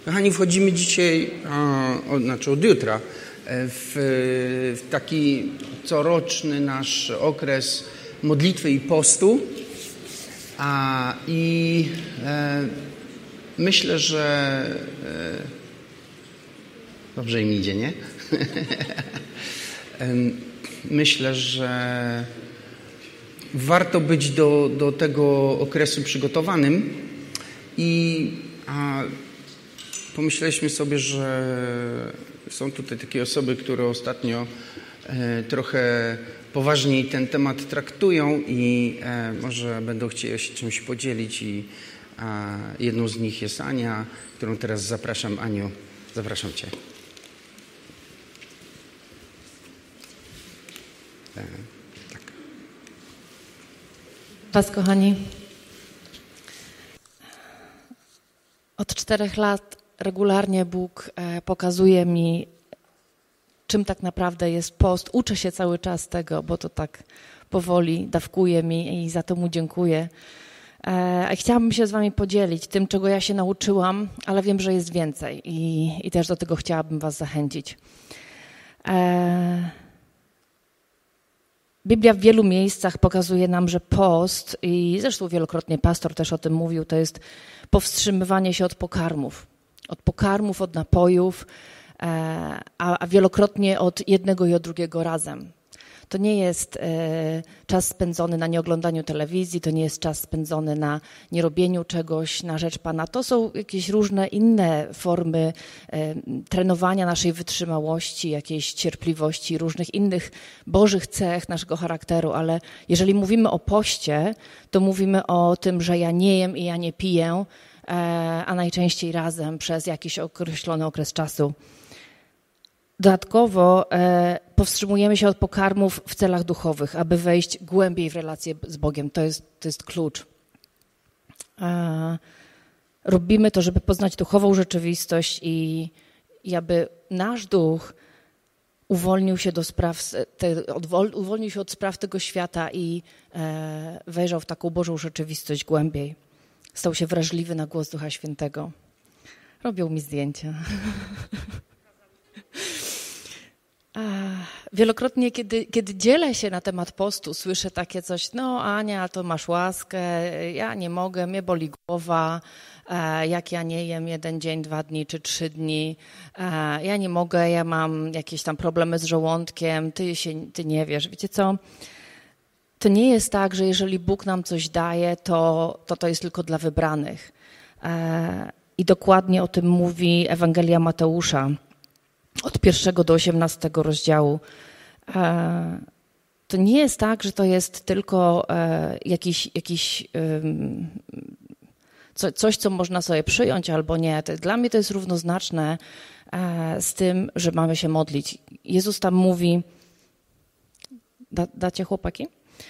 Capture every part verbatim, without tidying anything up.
Kochani, wchodzimy dzisiaj, o, znaczy od jutra, w, w taki coroczny nasz okres modlitwy i postu. A, I e, myślę, że e, dobrze im idzie, nie? Myślę, że warto być do, do tego okresu przygotowanym i a, pomyśleliśmy sobie, że są tutaj takie osoby, które ostatnio e, trochę poważniej ten temat traktują i e, może będą chcieli się czymś podzielić i a, jedną z nich jest Ania, którą teraz zapraszam. Aniu, zapraszam Cię. E, tak. Cześć, kochani. Od czterech lat regularnie Bóg e, pokazuje mi, czym tak naprawdę jest post. Uczę się cały czas tego, bo to tak powoli dawkuje mi i za to Mu dziękuję. E, chciałabym się z Wami podzielić tym, czego ja się nauczyłam, ale wiem, że jest więcej i, i też do tego chciałabym Was zachęcić. E, Biblia w wielu miejscach pokazuje nam, że post, i zresztą wielokrotnie pastor też o tym mówił, to jest powstrzymywanie się od pokarmów. Od pokarmów, od napojów, a, a wielokrotnie od jednego i od drugiego razem. To nie jest e, czas spędzony na nieoglądaniu telewizji, to nie jest czas spędzony na nierobieniu czegoś na rzecz Pana. To są jakieś różne inne formy e, trenowania naszej wytrzymałości, jakiejś cierpliwości, różnych innych bożych cech naszego charakteru, ale jeżeli mówimy o poście, to mówimy o tym, że ja nie jem i ja nie piję, e, a najczęściej razem przez jakiś określony okres czasu. Dodatkowo e, powstrzymujemy się od pokarmów w celach duchowych, aby wejść głębiej w relację z Bogiem. To jest, to jest klucz. E, robimy to, żeby poznać duchową rzeczywistość i, i aby nasz duch uwolnił się do spraw, te, odwol, uwolnił się od spraw tego świata i e, wejrzał w taką Bożą rzeczywistość głębiej. Stał się wrażliwy na głos Ducha Świętego. Robią mi zdjęcia. Wielokrotnie, kiedy, kiedy dzielę się na temat postu, słyszę takie coś, no Ania, to masz łaskę, ja nie mogę, mnie boli głowa, jak ja nie jem jeden dzień, dwa dni czy trzy dni, ja nie mogę, ja mam jakieś tam problemy z żołądkiem, ty, się, ty nie wiesz. Wiecie co? To nie jest tak, że jeżeli Bóg nam coś daje, to to, to jest tylko dla wybranych. I dokładnie o tym mówi Ewangelia Mateusza. Od pierwszego do osiemnastego rozdziału. To nie jest tak, że to jest tylko jakiś, jakiś coś, co można sobie przyjąć albo nie. Dla mnie to jest równoznaczne z tym, że mamy się modlić. Jezus tam mówi, da, dacie chłopaki?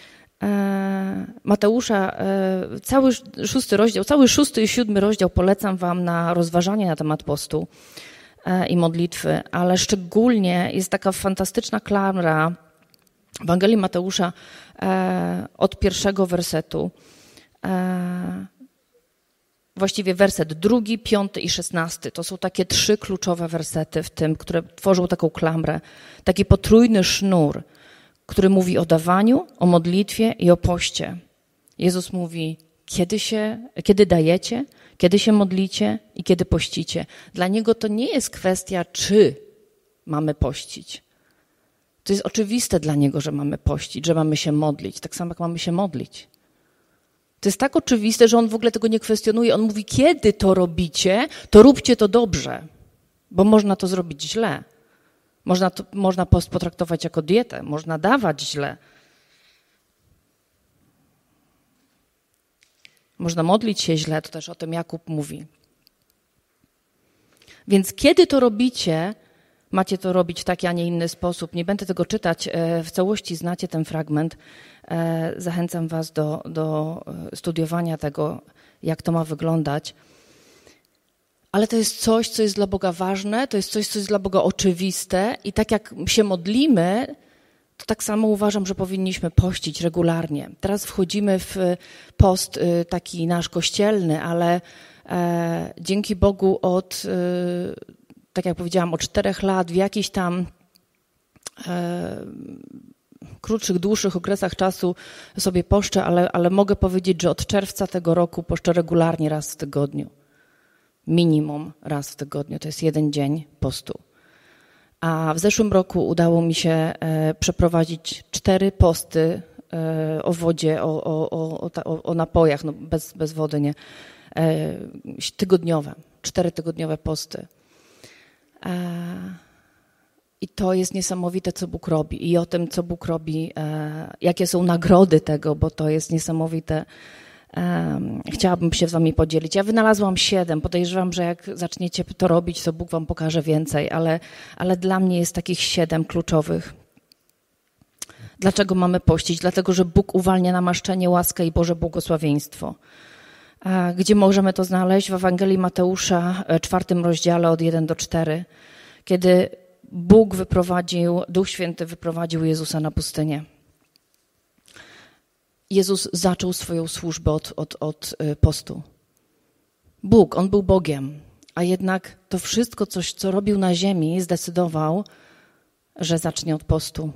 Mateusza, cały szósty rozdział, cały szósty i siódmy rozdział polecam wam na rozważanie na temat postu i modlitwy, ale szczególnie jest taka fantastyczna klamra w Ewangelii Mateusza e, od pierwszego wersetu. E, właściwie werset drugi, piąty i szesnasty. To są takie trzy kluczowe wersety w tym, które tworzą taką klamrę. Taki potrójny sznur, który mówi o dawaniu, o modlitwie i o poście. Jezus mówi, kiedy się, kiedy dajecie, kiedy się modlicie i kiedy pościcie. Dla Niego to nie jest kwestia, czy mamy pościć. To jest oczywiste dla Niego, że mamy pościć, że mamy się modlić, tak samo jak mamy się modlić. To jest tak oczywiste, że On w ogóle tego nie kwestionuje. On mówi, kiedy to robicie, to róbcie to dobrze, bo można to zrobić źle. Można, to, można post potraktować jako dietę, można dawać źle. Można modlić się źle, to też o tym Jakub mówi. Więc kiedy to robicie, macie to robić w taki, a nie inny sposób. Nie będę tego czytać w całości, znacie ten fragment. Zachęcam was do, do studiowania tego, jak to ma wyglądać. Ale to jest coś, co jest dla Boga ważne, to jest coś, co jest dla Boga oczywiste i tak jak się modlimy, to tak samo uważam, że powinniśmy pościć regularnie. Teraz wchodzimy w post taki nasz kościelny, ale e, dzięki Bogu od, e, tak jak powiedziałam, od czterech lat w jakichś tam e, krótszych, dłuższych okresach czasu sobie poszczę, ale, ale mogę powiedzieć, że od czerwca tego roku poszczę regularnie raz w tygodniu. Minimum raz w tygodniu. To jest jeden dzień postu. A w zeszłym roku udało mi się e, przeprowadzić cztery posty e, o wodzie, o, o, o, o, o napojach, no bez, bez wody, nie, e, tygodniowe, cztery tygodniowe posty. E, I to jest niesamowite, co Bóg robi. I o tym, co Bóg robi, e, jakie są nagrody tego, bo to jest niesamowite. Um, chciałabym się z wami podzielić. Ja wynalazłam siedem. Podejrzewam, że jak zaczniecie to robić, to Bóg wam pokaże więcej, ale, ale dla mnie jest takich siedem kluczowych. Dlaczego mamy pościć? Dlatego, że Bóg uwalnia namaszczenie, łaskę i Boże błogosławieństwo. A gdzie możemy to znaleźć? W Ewangelii Mateusza, czwartym rozdziale od jeden do czterech, kiedy Bóg wyprowadził, Duch Święty wyprowadził Jezusa na pustynię. Jezus zaczął swoją służbę od, od, od postu. Bóg, On był Bogiem, a jednak to wszystko, coś, co robił na ziemi, zdecydował, że zacznie od postu.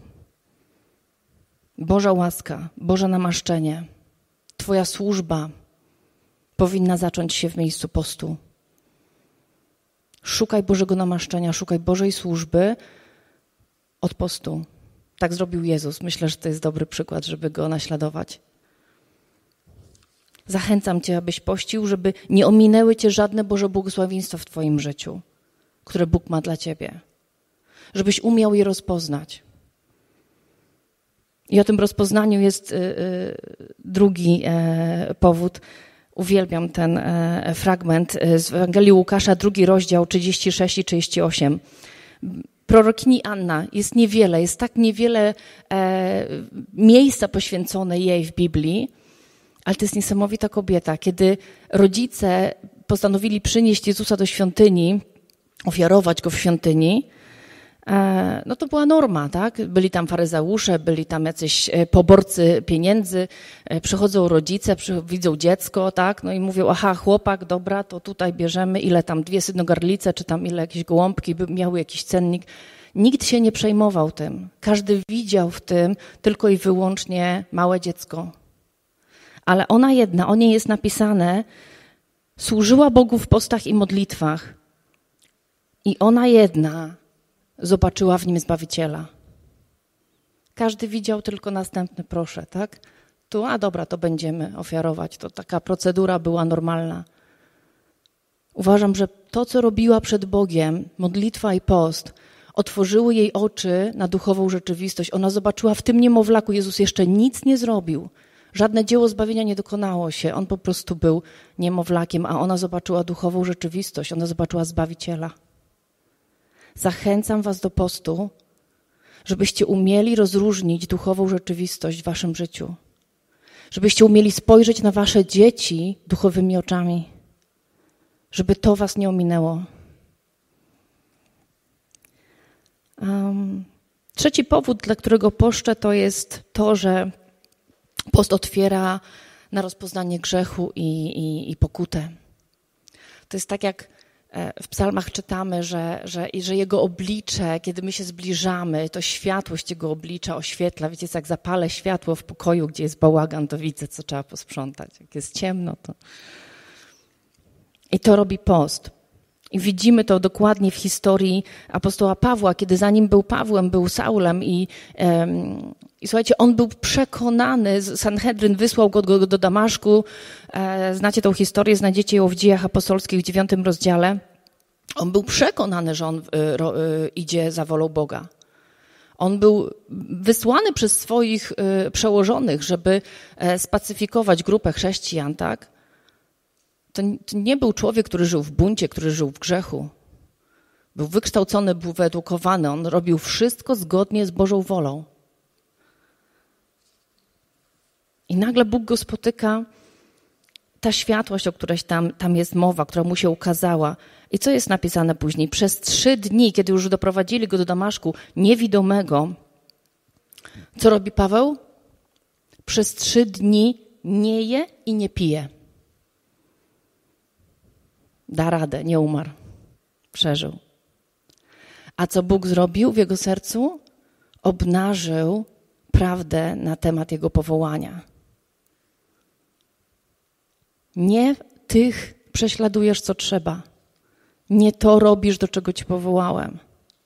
Boża łaska, Boże namaszczenie, Twoja służba powinna zacząć się w miejscu postu. Szukaj Bożego namaszczenia, szukaj Bożej służby od postu. Tak zrobił Jezus. Myślę, że to jest dobry przykład, żeby go naśladować. Zachęcam cię, abyś pościł, żeby nie ominęły cię żadne Boże błogosławieństwa w twoim życiu, które Bóg ma dla ciebie. Żebyś umiał je rozpoznać. I o tym rozpoznaniu jest y, y, drugi y, powód. Uwielbiam ten y, fragment z Ewangelii Łukasza, drugi rozdział, trzydziesty szósty i trzydziesty ósmy. Prorokini Anna, jest niewiele, jest tak niewiele e, miejsca poświęcone jej w Biblii, ale to jest niesamowita kobieta. Kiedy rodzice postanowili przynieść Jezusa do świątyni, ofiarować go w świątyni, e, no to była norma, tak? Byli tam faryzeusze, byli tam jacyś poborcy pieniędzy, e, przychodzą rodzice, przy, widzą dziecko, tak? No i mówią, aha, chłopak, dobra, to tutaj bierzemy, ile tam, dwie synogarlice, czy tam ile jakieś gołąbki, by miały jakiś cennik. Nikt się nie przejmował tym. Każdy widział w tym tylko i wyłącznie małe dziecko. Ale ona jedna, o niej jest napisane, służyła Bogu w postach i modlitwach. I ona jedna zobaczyła w nim Zbawiciela. Każdy widział tylko następny proszę, tak? Tu, a dobra, to będziemy ofiarować. To taka procedura była normalna. Uważam, że to, co robiła przed Bogiem, modlitwa i post, otworzyły jej oczy na duchową rzeczywistość. Ona zobaczyła w tym niemowlaku, Jezus jeszcze nic nie zrobił. Żadne dzieło zbawienia nie dokonało się. On po prostu był niemowlakiem, a ona zobaczyła duchową rzeczywistość. Ona zobaczyła Zbawiciela. Zachęcam was do postu, żebyście umieli rozróżnić duchową rzeczywistość w waszym życiu. Żebyście umieli spojrzeć na wasze dzieci duchowymi oczami. Żeby to was nie ominęło. Um, trzeci powód, dla którego poszczę, to jest to, że post otwiera na rozpoznanie grzechu i, i, i pokutę. To jest tak, jak w psalmach czytamy, że, że, że Jego oblicze, kiedy my się zbliżamy, to światłość Jego oblicza oświetla. Wiecie, jak zapalę światło w pokoju, gdzie jest bałagan, to widzę, co trzeba posprzątać. Jak jest ciemno, to... I to robi post. I widzimy to dokładnie w historii apostoła Pawła, kiedy zanim był Pawłem, był Saulem i, um, i słuchajcie, on był przekonany, Sanhedryn wysłał go do, do Damaszku, e, znacie tą historię, znajdziecie ją w Dziejach Apostolskich w dziewiątym rozdziale. On był przekonany, że on y, ro, y, idzie za wolą Boga. On był wysłany przez swoich y, przełożonych, żeby e, spacyfikować grupę chrześcijan, tak? To nie był człowiek, który żył w buncie, który żył w grzechu. Był wykształcony, był wyedukowany. On robił wszystko zgodnie z Bożą wolą. I nagle Bóg go spotyka. Ta światłość, o której tam, tam jest mowa, która mu się ukazała. I co jest napisane później? Przez trzy dni, kiedy już doprowadzili go do Damaszku, niewidomego, co robi Paweł? Przez trzy dni nie je i nie pije. Da radę, nie umarł. Przeżył. A co Bóg zrobił w jego sercu? Obnażył prawdę na temat jego powołania. Nie tych prześladujesz, co trzeba. Nie to robisz, do czego cię powołałem.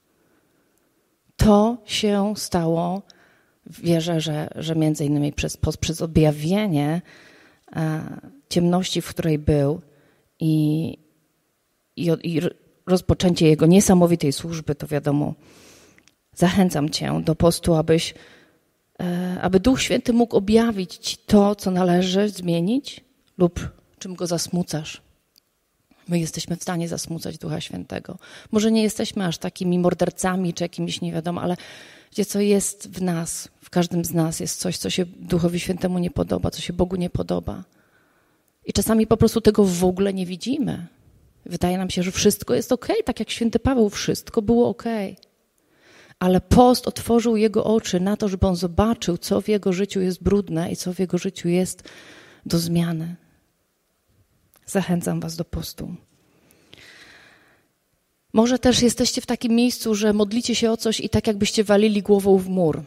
To się stało, wierzę, że, że między innymi przez, przez objawienie e, ciemności, w której był i, i, i rozpoczęcie jego niesamowitej służby, to wiadomo, zachęcam cię do postu, abyś, e, aby Duch Święty mógł objawić ci to, co należy zmienić lub czym go zasmucasz. My jesteśmy w stanie zasmucać Ducha Świętego. Może nie jesteśmy aż takimi mordercami czy jakimiś nie wiadomo, ale gdzie co jest w nas, w każdym z nas jest coś, co się Duchowi Świętemu nie podoba, co się Bogu nie podoba. I czasami po prostu tego w ogóle nie widzimy. Wydaje nam się, że wszystko jest okej, tak jak święty Paweł, wszystko było okej. Ale post otworzył jego oczy na to, żeby on zobaczył, co w jego życiu jest brudne i co w jego życiu jest do zmiany. Zachęcam was do postu. Może też jesteście w takim miejscu, że modlicie się o coś i tak jakbyście walili głową w mur.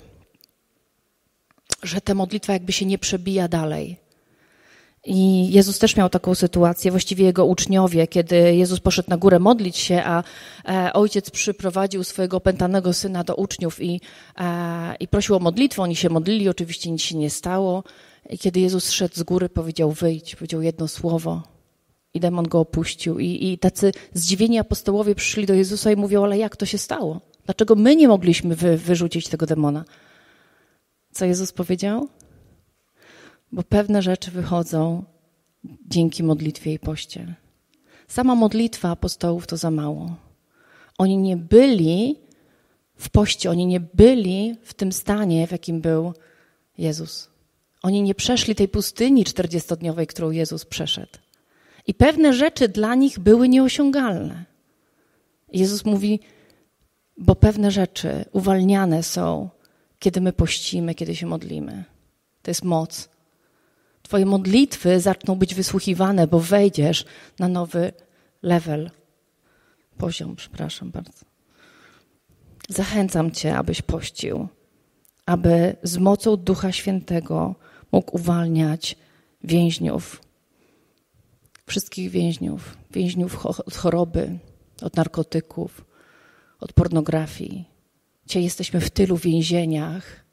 Że ta modlitwa jakby się nie przebija dalej. I Jezus też miał taką sytuację, właściwie jego uczniowie, kiedy Jezus poszedł na górę modlić się, a e, ojciec przyprowadził swojego opętanego syna do uczniów i, e, i prosił o modlitwę. Oni się modlili, oczywiście nic się nie stało. I kiedy Jezus szedł z góry, powiedział wyjdź, powiedział jedno słowo. I demon go opuścił. I, I tacy zdziwieni apostołowie przyszli do Jezusa i mówią, ale jak to się stało? Dlaczego my nie mogliśmy wy, wyrzucić tego demona? Co Jezus powiedział? Bo pewne rzeczy wychodzą dzięki modlitwie i poście. Sama modlitwa apostołów to za mało. Oni nie byli w poście, oni nie byli w tym stanie, w jakim był Jezus. Oni nie przeszli tej pustyni czterdziestodniowej, którą Jezus przeszedł. I pewne rzeczy dla nich były nieosiągalne. Jezus mówi, bo pewne rzeczy uwalniane są, kiedy my pościmy, kiedy się modlimy. To jest moc. Twoje modlitwy zaczną być wysłuchiwane, bo wejdziesz na nowy level. Poziom, przepraszam bardzo. Zachęcam cię, abyś pościł, aby z mocą Ducha Świętego mógł uwalniać więźniów, wszystkich więźniów, więźniów od choroby, od narkotyków, od pornografii. Dzisiaj jesteśmy w tylu więzieniach.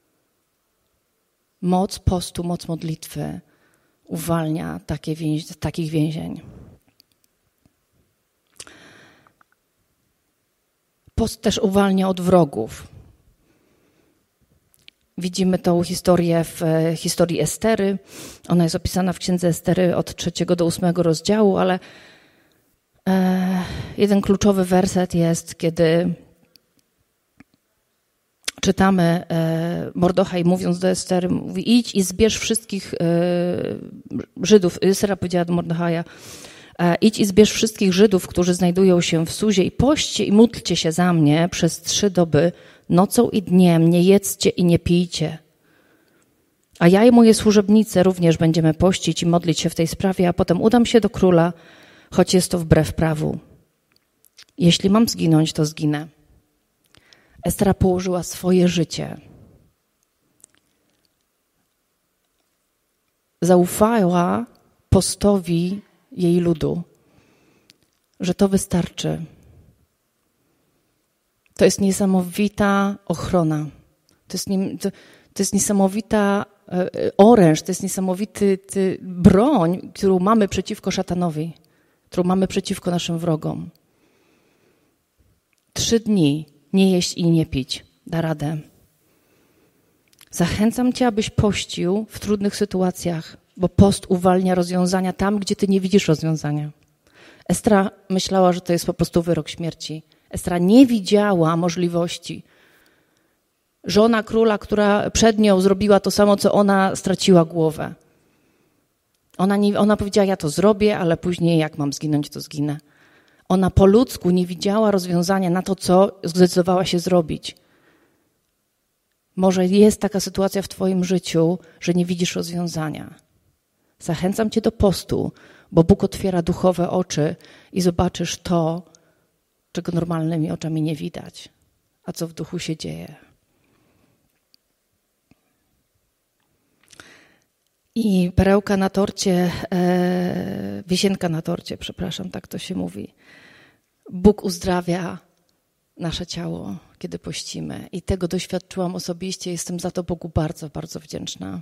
Moc postu, moc modlitwy uwalnia takie więź, takich więzień. Post też uwalnia od wrogów. Widzimy tą historię w historii Estery. Ona jest opisana w księdze Estery od trzeciego do ósmego rozdziału, ale jeden kluczowy werset jest, kiedy czytamy, Mordochaj mówiąc do Estery, mówi idź i zbierz wszystkich Żydów. Estera powiedziała do Mordochaja, idź i zbierz wszystkich Żydów, którzy znajdują się w Suzie i poście i módlcie się za mnie przez trzy doby, nocą i dniem, nie jedzcie i nie pijcie. A ja i moje służebnice również będziemy pościć i modlić się w tej sprawie, a potem udam się do króla, choć jest to wbrew prawu. Jeśli mam zginąć, to zginę. Estera położyła swoje życie. Zaufała postowi jej ludu, że to wystarczy. To jest niesamowita ochrona. To jest, nie, to, to jest niesamowita oręż, to jest niesamowity ty, broń, którą mamy przeciwko szatanowi, którą mamy przeciwko naszym wrogom. Trzy dni nie jeść i nie pić. Da radę. Zachęcam cię, abyś pościł w trudnych sytuacjach, bo post uwalnia rozwiązania tam, gdzie ty nie widzisz rozwiązania. Estera myślała, że to jest po prostu wyrok śmierci. Estera nie widziała możliwości. Żona króla, która przed nią zrobiła to samo, co ona, straciła głowę. Ona, nie, ona powiedziała, ja to zrobię, ale później jak mam zginąć, to zginę. Ona po ludzku nie widziała rozwiązania na to, co zdecydowała się zrobić. Może jest taka sytuacja w twoim życiu, że nie widzisz rozwiązania. Zachęcam cię do postu, bo Bóg otwiera duchowe oczy i zobaczysz to, czego normalnymi oczami nie widać, a co w duchu się dzieje. I perełka na torcie, e, wisienka na torcie, przepraszam, tak to się mówi. Bóg uzdrawia nasze ciało, kiedy pościmy. I tego doświadczyłam osobiście. Jestem za to Bogu bardzo, bardzo wdzięczna.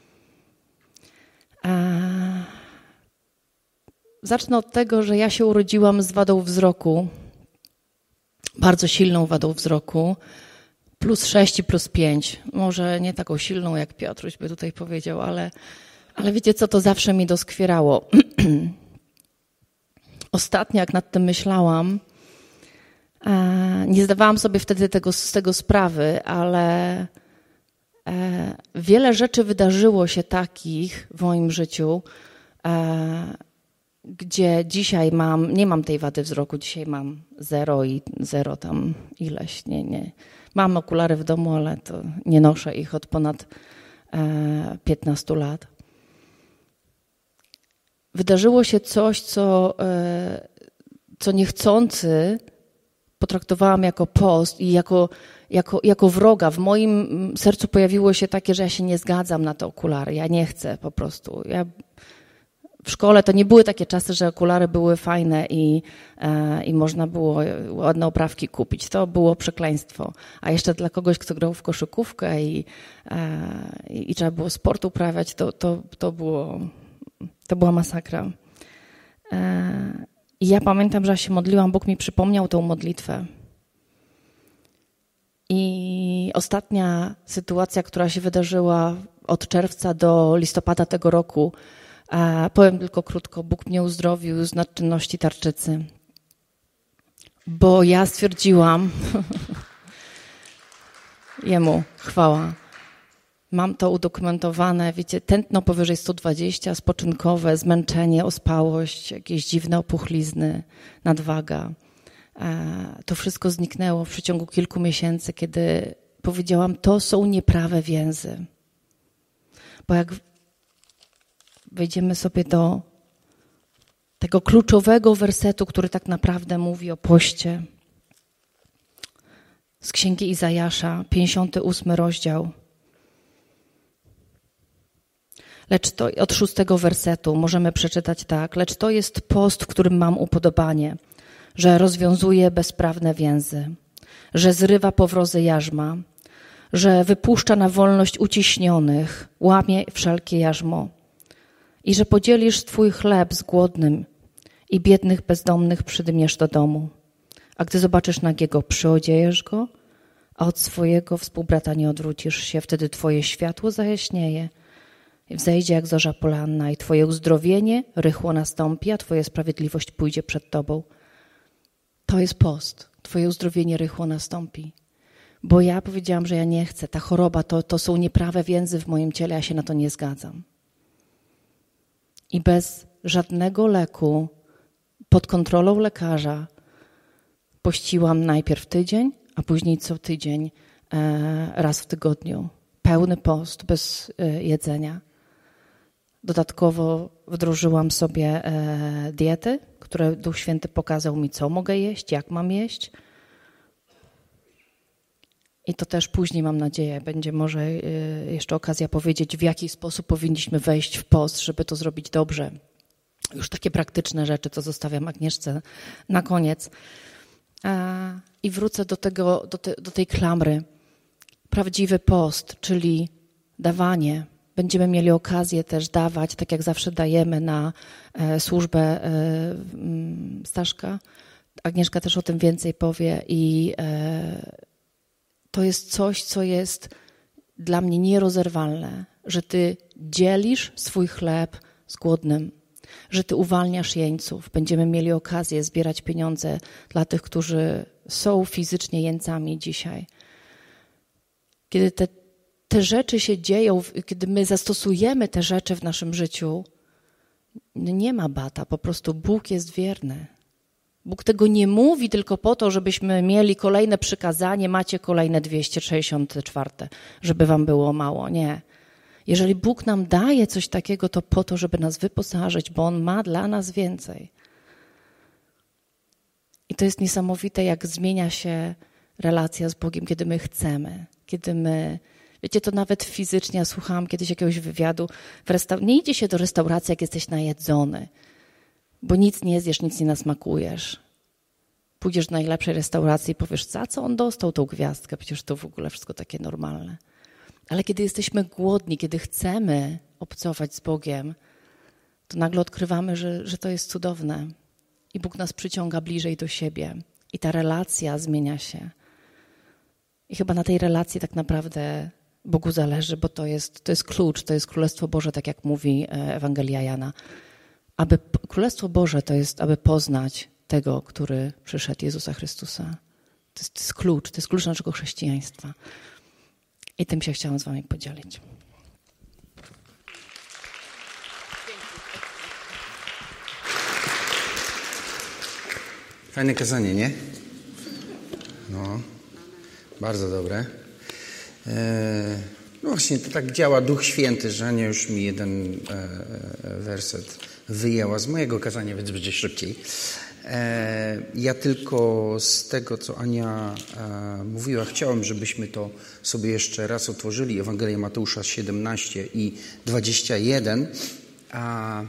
E, zacznę od tego, że ja się urodziłam z wadą wzroku, bardzo silną wadą wzroku, plus sześć i plus pięć. Może nie taką silną, jak Piotruś by tutaj powiedział, ale, ale wiecie co, to zawsze mi doskwierało. Ostatnio, jak nad tym myślałam, nie zdawałam sobie wtedy tego, z tego sprawy, ale wiele rzeczy wydarzyło się takich w moim życiu, gdzie dzisiaj mam, nie mam tej wady wzroku, dzisiaj mam zero i zero tam ileś, nie, nie. Mam okulary w domu, ale to nie noszę ich od ponad e, piętnastu lat. Wydarzyło się coś, co, e, co niechcący potraktowałam jako post i jako, jako, jako wroga. W moim sercu pojawiło się takie, że ja się nie zgadzam na te okulary. Ja nie chcę po prostu. Ja w szkole to nie były takie czasy, że okulary były fajne i, e, i można było ładne oprawki kupić. To było przekleństwo. A jeszcze dla kogoś, kto grał w koszykówkę i, e, i trzeba było sport uprawiać, to, to, to, było, to była masakra. E, I ja pamiętam, że ja się modliłam, Bóg mi przypomniał tą modlitwę. I ostatnia sytuacja, która się wydarzyła od czerwca do listopada tego roku, a powiem tylko krótko, Bóg mnie uzdrowił z nadczynności tarczycy. Bo ja stwierdziłam, Jemu chwała, mam to udokumentowane, wiecie, tętno powyżej sto dwadzieścia, spoczynkowe, zmęczenie, ospałość, jakieś dziwne opuchlizny, nadwaga. To wszystko zniknęło w przeciągu kilku miesięcy, kiedy powiedziałam, to są nieprawe więzy. Bo jak wejdziemy sobie do tego kluczowego wersetu, który tak naprawdę mówi o poście. Z Księgi Izajasza, pięćdziesiąty ósmy rozdział. Lecz to, od szóstego wersetu możemy przeczytać tak. Lecz to jest post, w którym mam upodobanie, że rozwiązuje bezprawne więzy, że zrywa powrozy jarzma, że wypuszcza na wolność uciśnionych, łamie wszelkie jarzmo, i że podzielisz twój chleb z głodnym i biednych bezdomnych przydmiesz do domu. A gdy zobaczysz nagiego, przyodziejesz go, a od swojego współbrata nie odwrócisz się. Wtedy twoje światło zajaśnieje i wzejdzie jak zorza poranna i twoje uzdrowienie rychło nastąpi, a twoja sprawiedliwość pójdzie przed tobą. To jest post. Twoje uzdrowienie rychło nastąpi. Bo ja powiedziałam, że ja nie chcę. Ta choroba to, to są nieprawe więzy w moim ciele, ja się na to nie zgadzam. I bez żadnego leku, pod kontrolą lekarza, pościłam najpierw tydzień, a później co tydzień, e, raz w tygodniu. Pełny post, bez e, jedzenia. Dodatkowo wdrożyłam sobie e, diety, które Duch Święty pokazał mi, co mogę jeść, jak mam jeść. I to też później, mam nadzieję, będzie może jeszcze okazja powiedzieć, w jaki sposób powinniśmy wejść w post, żeby to zrobić dobrze. Już takie praktyczne rzeczy, co zostawiam Agnieszce na koniec. I wrócę do, tego, do, te, do tej klamry. Prawdziwy post, czyli dawanie. Będziemy mieli okazję też dawać, tak jak zawsze dajemy na służbę Staszka. Agnieszka też o tym więcej powie i to jest coś, co jest dla mnie nierozerwalne, że ty dzielisz swój chleb z głodnym, że ty uwalniasz jeńców. Będziemy mieli okazję zbierać pieniądze dla tych, którzy są fizycznie jeńcami dzisiaj. Kiedy te, te rzeczy się dzieją, kiedy my zastosujemy te rzeczy w naszym życiu, nie ma bata, po prostu Bóg jest wierny. Bóg tego nie mówi tylko po to, żebyśmy mieli kolejne przykazanie, macie kolejne dwieście sześćdziesiąt cztery, żeby wam było mało. Nie. Jeżeli Bóg nam daje coś takiego, to po to, żeby nas wyposażyć, bo On ma dla nas więcej. I to jest niesamowite, jak zmienia się relacja z Bogiem, kiedy my chcemy, kiedy my... Wiecie, to nawet fizycznie, ja słuchałam kiedyś jakiegoś wywiadu, w resta- nie idzie się do restauracji, jak jesteś najedzony, bo nic nie zjesz, nic nie nasmakujesz. Pójdziesz do najlepszej restauracji i powiesz, za co on dostał tą gwiazdkę, przecież to w ogóle wszystko takie normalne. Ale kiedy jesteśmy głodni, kiedy chcemy obcować z Bogiem, to nagle odkrywamy, że, że to jest cudowne. I Bóg nas przyciąga bliżej do siebie. I ta relacja zmienia się. I chyba na tej relacji tak naprawdę Bogu zależy, bo to jest, to jest klucz, to jest Królestwo Boże, tak jak mówi Ewangelia Jana. Aby Królestwo Boże to jest, aby poznać tego, który przyszedł, Jezusa Chrystusa. To jest, to jest klucz, to jest klucz naszego chrześcijaństwa. I tym się chciałam z wami podzielić. Fajne kazanie, nie? No, bardzo dobre. E, no właśnie, to tak działa Duch Święty, że Ania już mi jeden e, werset wyjęła z mojego kazania, więc będzie szybciej. E, ja tylko z tego, co Ania e, mówiła, chciałem, żebyśmy to sobie jeszcze raz otworzyli. Ewangelia Mateusza siedemnaście i dwadzieścia jeden. A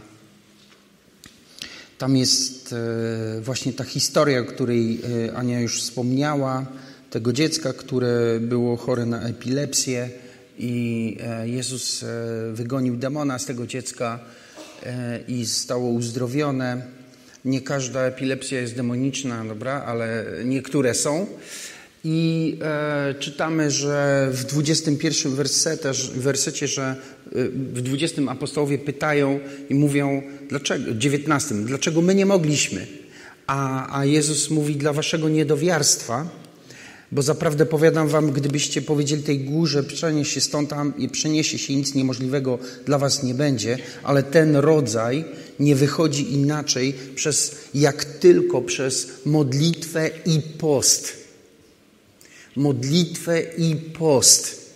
tam jest e, właśnie ta historia, o której e, Ania już wspomniała, tego dziecka, które było chore na epilepsję i e, Jezus e, wygonił demona z tego dziecka e, i zostało uzdrowione. Nie każda epilepsja jest demoniczna, dobra, ale niektóre są. I e, czytamy, że w dwudziestym pierwszym wersecie, wersecie, że e, w dwudziestym apostołowie pytają i mówią, dlaczego, dziewiętnastym, dlaczego my nie mogliśmy? A, a Jezus mówi, dla waszego niedowiarstwa, bo zaprawdę powiadam wam, gdybyście powiedzieli tej górze, przenieś się stąd tam i przeniesie się, nic niemożliwego dla was nie będzie, ale ten rodzaj nie wychodzi inaczej przez, jak tylko przez modlitwę i post. Modlitwę i post.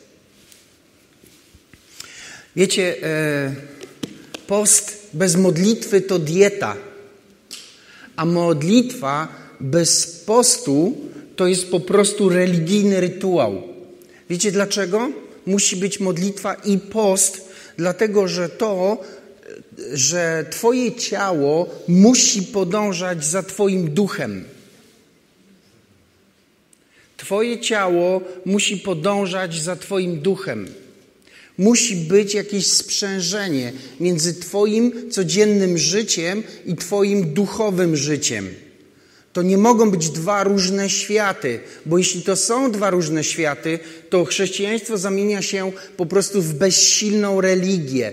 Wiecie, post bez modlitwy to dieta, a modlitwa bez postu to jest po prostu religijny rytuał. Wiecie dlaczego? Musi być modlitwa i post, dlatego że to, że twoje ciało musi podążać za twoim duchem. Twoje ciało musi podążać za twoim duchem. Musi być jakieś sprzężenie między twoim codziennym życiem i twoim duchowym życiem. To nie mogą być dwa różne światy, bo jeśli to są dwa różne światy, to chrześcijaństwo zamienia się po prostu w bezsilną religię.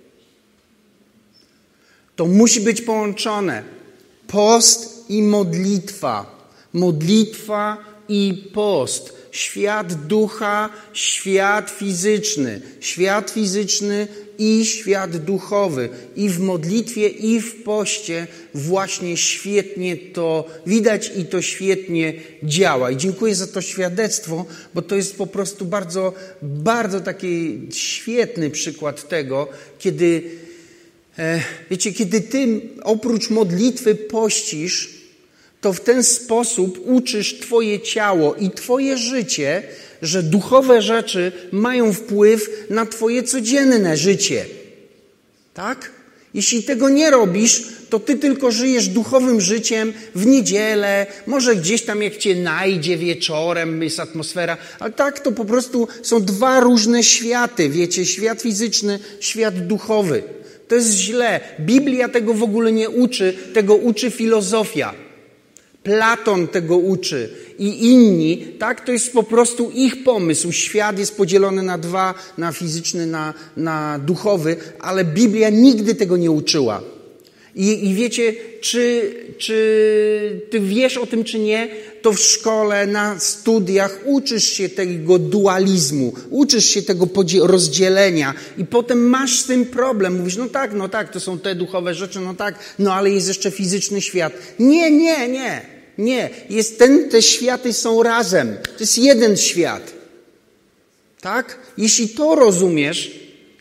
To musi być połączone. Post i modlitwa. Modlitwa i post. Świat ducha, świat fizyczny. Świat fizyczny i świat duchowy. I w modlitwie, i w poście właśnie świetnie to widać i to świetnie działa. I dziękuję za to świadectwo, bo to jest po prostu bardzo, bardzo taki świetny przykład tego, kiedy, e, wiecie, kiedy ty oprócz modlitwy pościsz, to w ten sposób uczysz twoje ciało i twoje życie, że duchowe rzeczy mają wpływ na twoje codzienne życie. Tak? Jeśli tego nie robisz, to ty tylko żyjesz duchowym życiem w niedzielę, może gdzieś tam jak cię najdzie wieczorem, jest atmosfera, ale tak to po prostu są dwa różne światy, wiecie, świat fizyczny, świat duchowy. To jest źle. Biblia tego w ogóle nie uczy, tego uczy filozofia. Platon tego uczy i inni, tak, to jest po prostu ich pomysł. Świat jest podzielony na dwa, na fizyczny, na, na duchowy, ale Biblia nigdy tego nie uczyła. I, i wiecie, czy, czy ty wiesz o tym, czy nie, to w szkole, na studiach uczysz się tego dualizmu, uczysz się tego rozdzielenia i potem masz z tym problem. Mówisz, no tak, no tak, to są te duchowe rzeczy, no tak, no ale jest jeszcze fizyczny świat. Nie, nie, nie. Nie, jest ten, te światy są razem. To jest jeden świat. Tak? Jeśli to rozumiesz,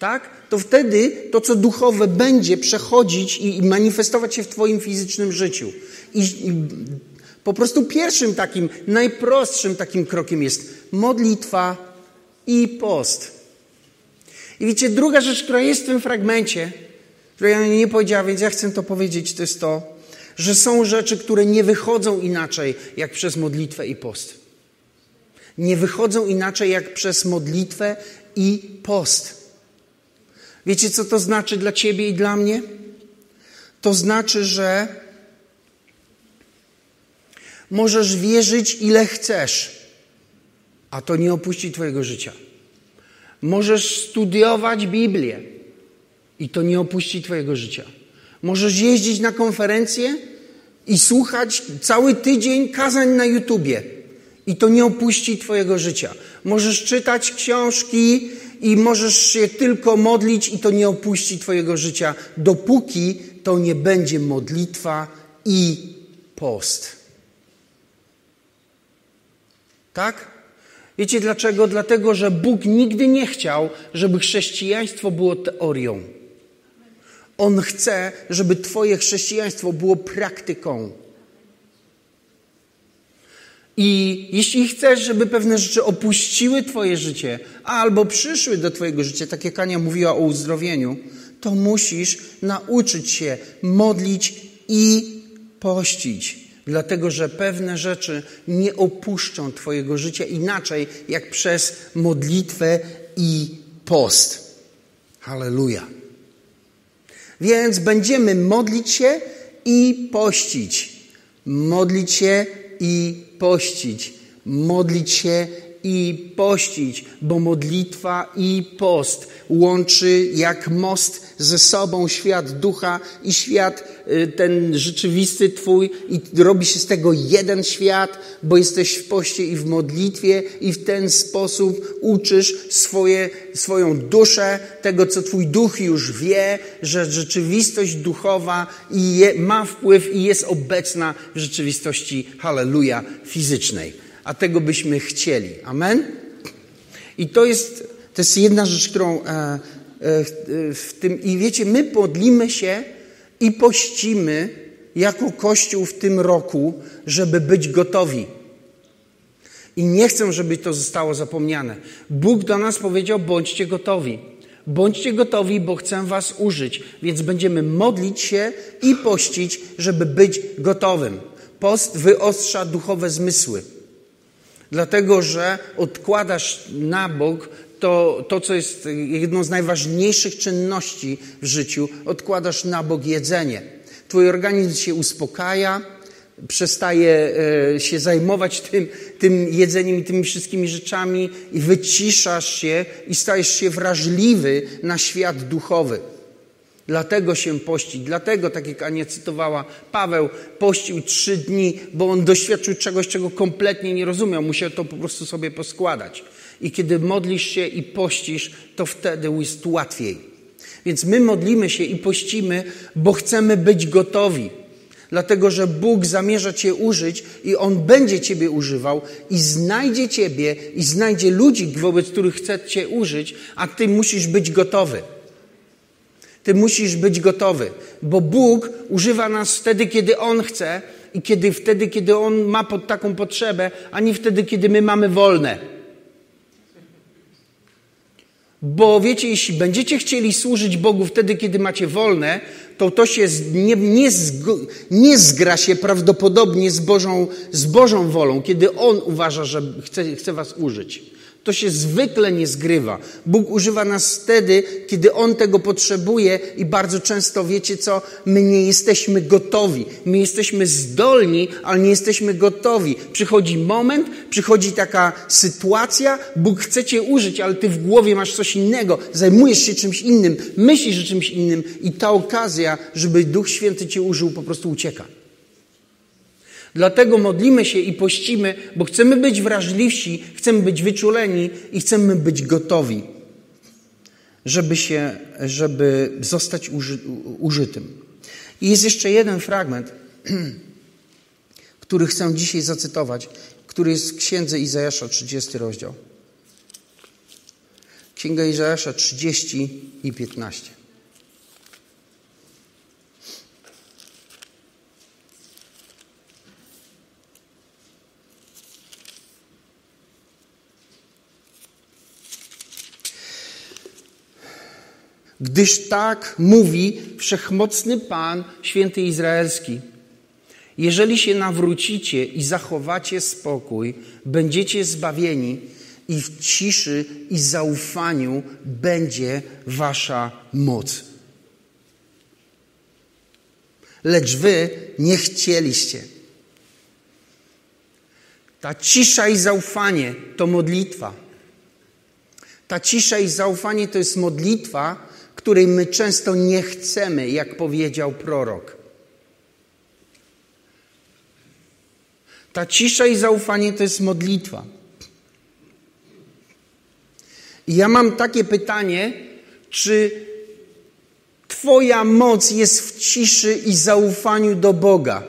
tak? To wtedy to, co duchowe, będzie przechodzić i, i manifestować się w twoim fizycznym życiu. I, i po prostu pierwszym takim, najprostszym takim krokiem jest modlitwa i post. I wiecie, druga rzecz, która jest w tym fragmencie, której ja nie powiedziała, więc ja chcę to powiedzieć, to jest to, że są rzeczy, które nie wychodzą inaczej jak przez modlitwę i post. Nie wychodzą inaczej jak przez modlitwę i post. Wiecie, co to znaczy dla ciebie i dla mnie? To znaczy, że możesz wierzyć ile chcesz, a to nie opuści twojego życia. Możesz studiować Biblię i to nie opuści twojego życia. Możesz jeździć na konferencje i słuchać cały tydzień kazań na YouTubie i to nie opuści twojego życia. Możesz czytać książki i możesz się tylko modlić i to nie opuści twojego życia, dopóki to nie będzie modlitwa i post. Tak? Wiecie dlaczego? Dlatego, że Bóg nigdy nie chciał, żeby chrześcijaństwo było teorią. On chce, żeby twoje chrześcijaństwo było praktyką. I jeśli chcesz, żeby pewne rzeczy opuściły twoje życie, albo przyszły do twojego życia, tak jak Ania mówiła o uzdrowieniu, to musisz nauczyć się modlić i pościć. Dlatego, że pewne rzeczy nie opuszczą twojego życia inaczej, jak przez modlitwę i post. Halleluja. Więc będziemy modlić się i pościć. Modlić się i pościć. Modlić się i pościć, bo modlitwa i post łączy jak most ze sobą świat ducha i świat ten rzeczywisty twój i robi się z tego jeden świat, bo jesteś w poście i w modlitwie i w ten sposób uczysz swoje, swoją duszę tego, co twój duch już wie, że rzeczywistość duchowa i je, ma wpływ i jest obecna w rzeczywistości, halleluja, fizycznej. A tego byśmy chcieli. Amen? I to jest, to jest jedna rzecz, którą e, e, w tym... I wiecie, my modlimy się i pościmy jako Kościół w tym roku, żeby być gotowi. I nie chcę, żeby to zostało zapomniane. Bóg do nas powiedział, bądźcie gotowi. Bądźcie gotowi, bo chcę was użyć. Więc będziemy modlić się i pościć, żeby być gotowym. Post wyostrza duchowe zmysły. Dlatego, że odkładasz na bok to, to, co jest jedną z najważniejszych czynności w życiu, odkładasz na bok jedzenie. Twój organizm się uspokaja, przestaje e, się zajmować tym, tym jedzeniem i tymi wszystkimi rzeczami i wyciszasz się i stajesz się wrażliwy na świat duchowy. Dlatego się pości, dlatego, tak jak Ania cytowała, Paweł pościł trzy dni, bo on doświadczył czegoś, czego kompletnie nie rozumiał. Musiał to po prostu sobie poskładać. I kiedy modlisz się i pościsz, to wtedy jest łatwiej. Więc my modlimy się i pościmy, bo chcemy być gotowi. Dlatego, że Bóg zamierza cię użyć i On będzie ciebie używał i znajdzie ciebie i znajdzie ludzi, wobec których chce cię użyć, a ty musisz być gotowy. Ty musisz być gotowy, bo Bóg używa nas wtedy, kiedy On chce i kiedy, wtedy, kiedy On ma pod taką potrzebę, a nie wtedy, kiedy my mamy wolne. Bo wiecie, jeśli będziecie chcieli służyć Bogu wtedy, kiedy macie wolne, to to się nie, nie, zg- nie zgra się prawdopodobnie z Bożą, z Bożą wolą, kiedy On uważa, że chce, chce was użyć. To się zwykle nie zgrywa. Bóg używa nas wtedy, kiedy On tego potrzebuje i bardzo często, wiecie co, my nie jesteśmy gotowi. My jesteśmy zdolni, ale nie jesteśmy gotowi. Przychodzi moment, przychodzi taka sytuacja, Bóg chce cię użyć, ale ty w głowie masz coś innego, zajmujesz się czymś innym, myślisz o czymś innym i ta okazja, żeby Duch Święty cię użył, po prostu ucieka. Dlatego modlimy się i pościmy, bo chcemy być wrażliwsi, chcemy być wyczuleni i chcemy być gotowi, żeby się, żeby zostać uży, użytym. I jest jeszcze jeden fragment, który chcę dzisiaj zacytować, który jest w Księdze Izajasza, trzydziesty rozdział. Księga Izajasza trzydzieści i piętnaście. Gdyż tak mówi wszechmocny Pan, święty Izraelski. Jeżeli się nawrócicie i zachowacie spokój, będziecie zbawieni i w ciszy i zaufaniu będzie wasza moc. Lecz wy nie chcieliście. Ta cisza i zaufanie to modlitwa. Ta cisza i zaufanie to jest modlitwa, której my często nie chcemy, jak powiedział prorok. Ta cisza i zaufanie to jest modlitwa. I ja mam takie pytanie, czy Twoja moc jest w ciszy i zaufaniu do Boga?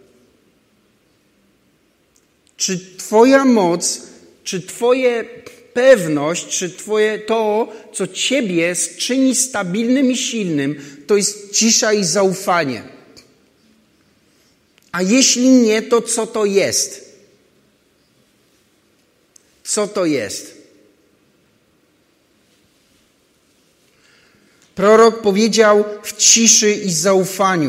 Czy Twoja moc, czy Twoje pewność, czy Twoje to, co Ciebie czyni stabilnym i silnym, to jest cisza i zaufanie? A jeśli nie, to co to jest? Co to jest? Prorok powiedział w ciszy i zaufaniu.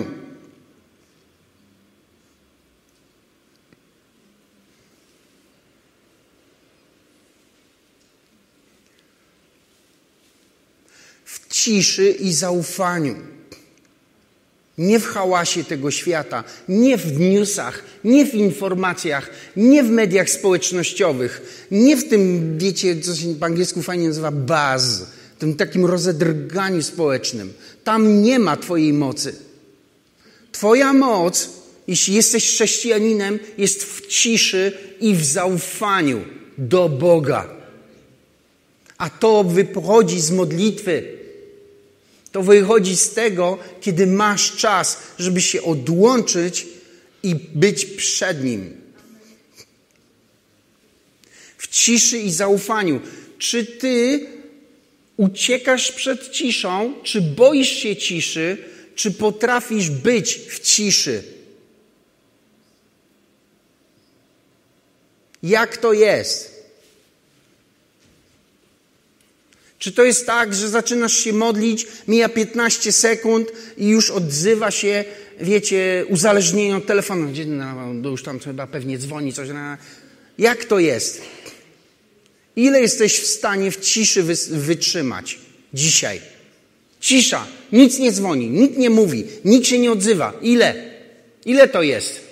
W ciszy i zaufaniu. Nie w hałasie tego świata, nie w newsach, nie w informacjach, nie w mediach społecznościowych, nie w tym, wiecie, co się po angielsku fajnie nazywa buzz, tym takim rozedrganiu społecznym. Tam nie ma Twojej mocy. Twoja moc, jeśli jesteś chrześcijaninem, jest w ciszy i w zaufaniu do Boga. A to wychodzi z modlitwy. To wychodzi z tego, kiedy masz czas, żeby się odłączyć i być przed Nim. W ciszy i zaufaniu. Czy Ty uciekasz przed ciszą? Czy boisz się ciszy? Czy potrafisz być w ciszy? Jak to jest? Czy to jest tak, że zaczynasz się modlić, mija piętnaście sekund i już odzywa się, wiecie, uzależnienie od telefonu. No, już tam chyba pewnie dzwoni coś. Jak to jest? Ile jesteś w stanie w ciszy wytrzymać dzisiaj? Cisza. Nic nie dzwoni, nikt nie mówi, nikt się nie odzywa. Ile? Ile to jest?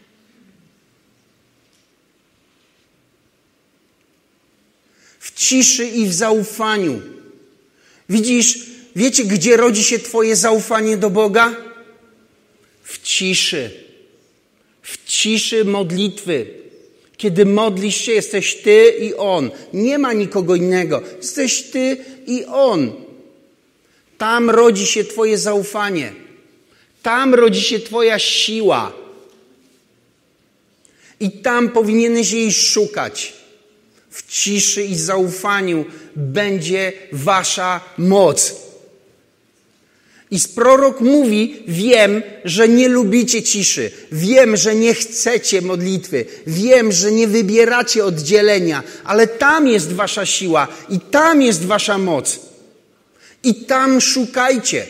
W ciszy i w zaufaniu. Widzisz, wiecie, gdzie rodzi się Twoje zaufanie do Boga? W ciszy. W ciszy modlitwy. Kiedy modlisz się, jesteś Ty i On. Nie ma nikogo innego. Jesteś Ty i On. Tam rodzi się Twoje zaufanie. Tam rodzi się Twoja siła. I tam powinieneś jej szukać. W ciszy i zaufaniu będzie wasza moc. I prorok mówi, wiem, że nie lubicie ciszy. Wiem, że nie chcecie modlitwy. Wiem, że nie wybieracie oddzielenia. Ale tam jest wasza siła i tam jest wasza moc. I tam szukajcie.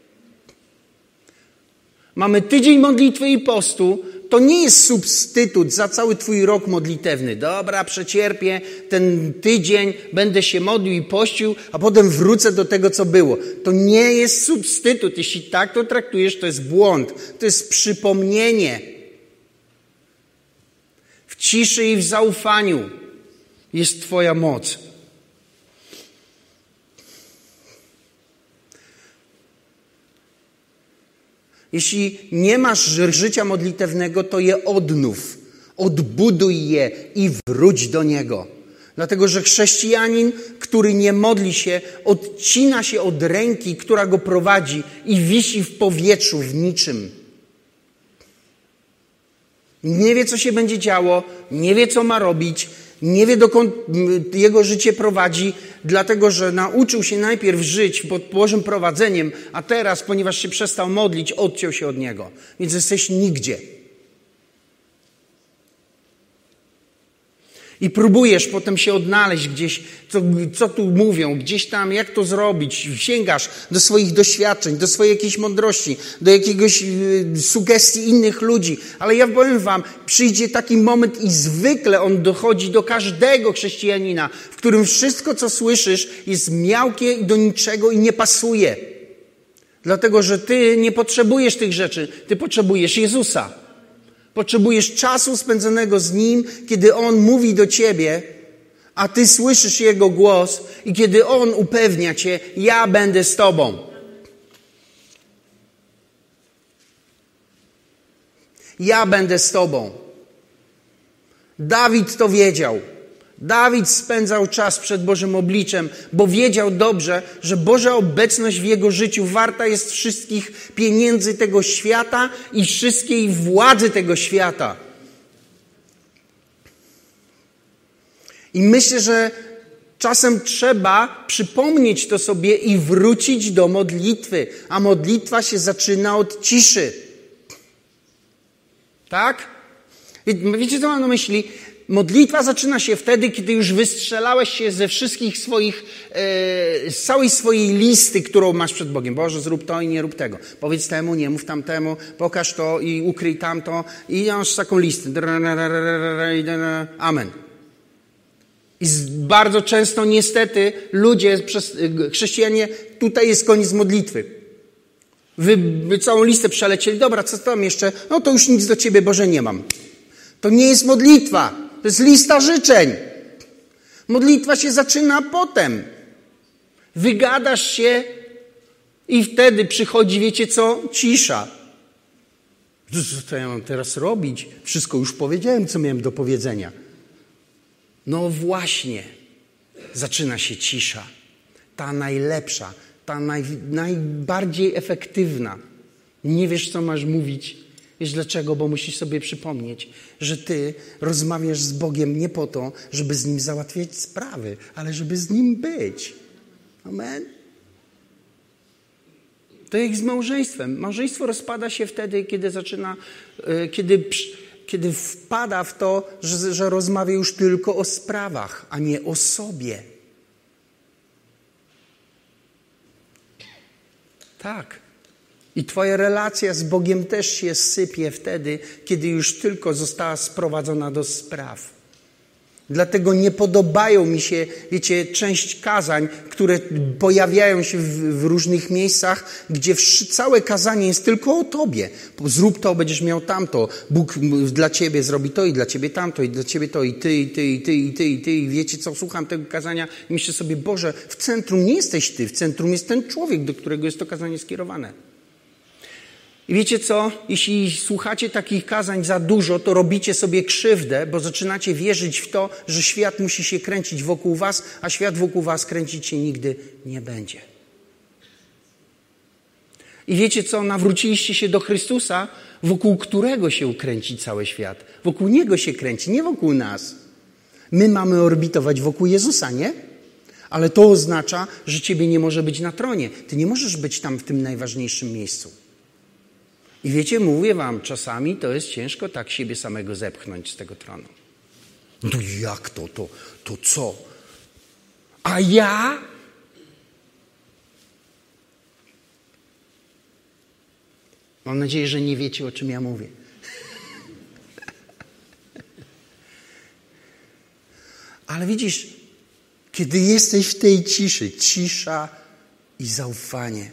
Mamy tydzień modlitwy i postu. To nie jest substytut za cały twój rok modlitewny. Dobra, przecierpię ten tydzień, będę się modlił i pościł, a potem wrócę do tego, co było. To nie jest substytut. Jeśli tak to traktujesz, to jest błąd. To jest przypomnienie. W ciszy i w zaufaniu jest Twoja moc. Jeśli nie masz życia modlitewnego, to je odnów, odbuduj je i wróć do niego. Dlatego, że chrześcijanin, który nie modli się, odcina się od ręki, która go prowadzi i wisi w powietrzu, w niczym. Nie wie, co się będzie działo, nie wie, co ma robić, nie wie, dokąd jego życie prowadzi, dlatego że nauczył się najpierw żyć pod Bożym prowadzeniem, a teraz, ponieważ się przestał modlić, odciął się od Niego. Więc jesteś nigdzie. I próbujesz potem się odnaleźć gdzieś, co, co tu mówią, gdzieś tam, jak to zrobić. Sięgasz do swoich doświadczeń, do swojej jakiejś mądrości, do jakiegoś y, sugestii innych ludzi. Ale ja powiem wam, przyjdzie taki moment i zwykle on dochodzi do każdego chrześcijanina, w którym wszystko, co słyszysz, jest miałkie i do niczego i nie pasuje. Dlatego, że ty nie potrzebujesz tych rzeczy, ty potrzebujesz Jezusa. Potrzebujesz czasu spędzonego z Nim, kiedy On mówi do ciebie, a ty słyszysz Jego głos i kiedy On upewnia cię, ja będę z tobą. Ja będę z tobą. Dawid to wiedział. Dawid spędzał czas przed Bożym obliczem, bo wiedział dobrze, że Boża obecność w jego życiu warta jest wszystkich pieniędzy tego świata i wszystkiej władzy tego świata. I myślę, że czasem trzeba przypomnieć to sobie i wrócić do modlitwy, a modlitwa się zaczyna od ciszy. Tak? Wiecie, co mam na myśli? Modlitwa zaczyna się wtedy, kiedy już wystrzelałeś się ze wszystkich swoich, e, z całej swojej listy, którą masz przed Bogiem. Boże, zrób to i nie rób tego. Powiedz temu, nie mów tamtemu, pokaż to i ukryj tamto. I masz taką listę. Amen. I bardzo często niestety ludzie, chrześcijanie, tutaj jest koniec modlitwy. Wy, wy całą listę przelecieli. Dobra, co tam jeszcze? No to już nic do Ciebie, Boże, nie mam. To nie jest modlitwa. To jest lista życzeń. Modlitwa się zaczyna potem. Wygadasz się i wtedy przychodzi, wiecie co? Cisza. Co ja mam teraz robić? Wszystko już powiedziałem, co miałem do powiedzenia. No właśnie. Zaczyna się cisza. Ta najlepsza, ta naj, najbardziej efektywna. Nie wiesz, co masz mówić. Wiesz dlaczego? Bo musisz sobie przypomnieć, że ty rozmawiasz z Bogiem nie po to, żeby z Nim załatwiać sprawy, ale żeby z Nim być. Amen? To jak z małżeństwem. Małżeństwo rozpada się wtedy, kiedy zaczyna, kiedy, kiedy wpada w to, że, że rozmawia już tylko o sprawach, a nie o sobie. Tak. I twoja relacja z Bogiem też się sypie wtedy, kiedy już tylko została sprowadzona do spraw. Dlatego nie podobają mi się, wiecie, część kazań, które pojawiają się w, w różnych miejscach, gdzie w, całe kazanie jest tylko o tobie. Zrób to, będziesz miał tamto. Bóg dla ciebie zrobi to i dla ciebie tamto i dla ciebie to i ty, i ty, i ty, i ty, i ty. I wiecie co, słucham tego kazania i myślę sobie, Boże, w centrum nie jesteś ty, w centrum jest ten człowiek, do którego jest to kazanie skierowane. I wiecie co? Jeśli słuchacie takich kazań za dużo, to robicie sobie krzywdę, bo zaczynacie wierzyć w to, że świat musi się kręcić wokół was, a świat wokół was kręcić się nigdy nie będzie. I wiecie co? Nawróciliście się do Chrystusa, wokół którego się kręci cały świat. Wokół Niego się kręci, nie wokół nas. My mamy orbitować wokół Jezusa, nie? Ale to oznacza, że ciebie nie może być na tronie. Ty nie możesz być tam w tym najważniejszym miejscu. I wiecie, mówię wam, czasami to jest ciężko tak siebie samego zepchnąć z tego tronu. No to jak to? To, to co? A ja? Mam nadzieję, że nie wiecie, o czym ja mówię. Ale widzisz, kiedy jesteś w tej ciszy, cisza i zaufanie.